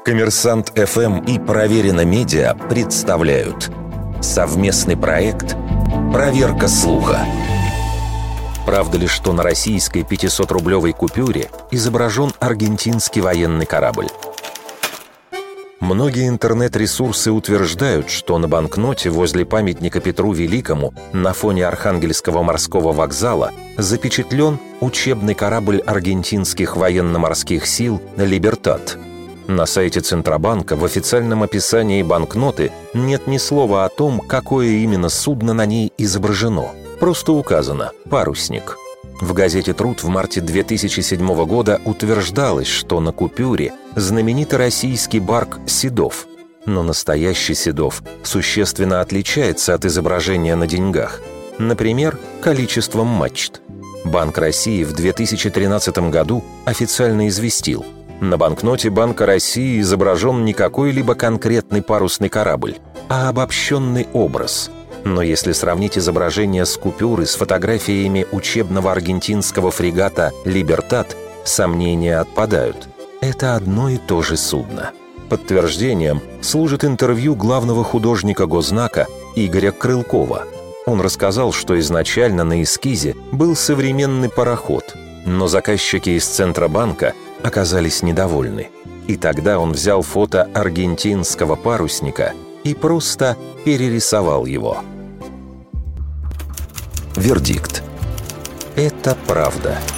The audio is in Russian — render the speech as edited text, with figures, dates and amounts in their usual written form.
Коммерсант ФМ и Проверено Медиа представляют совместный проект «Проверка слуха». Правда ли, что на российской 500-рублевой купюре изображен аргентинский военный корабль? Многие интернет-ресурсы утверждают, что на банкноте возле памятника Петру Великому на фоне Архангельского морского вокзала запечатлен учебный корабль аргентинских военно-морских сил «Либертад». На сайте Центробанка в официальном описании банкноты нет ни слова о том, какое именно судно на ней изображено. Просто указано «парусник». В газете «Труд» в марте 2007 года утверждалось, что на купюре знаменитый российский барк «Седов». Но настоящий «Седов» существенно отличается от изображения на деньгах. Например, количеством мачт. Банк России в 2013 году официально известил: на банкноте Банка России изображен не какой-либо конкретный парусный корабль, а обобщенный образ. Но если сравнить изображение с купюры с фотографиями учебного аргентинского фрегата «Либертад», сомнения отпадают. Это одно и то же судно. Подтверждением служит интервью главного художника Гознака Игоря Крылкова. Он рассказал, что изначально на эскизе был современный пароход, но заказчики из Центробанка оказались недовольны. И тогда он взял фото аргентинского парусника и просто перерисовал его. Вердикт. Это правда.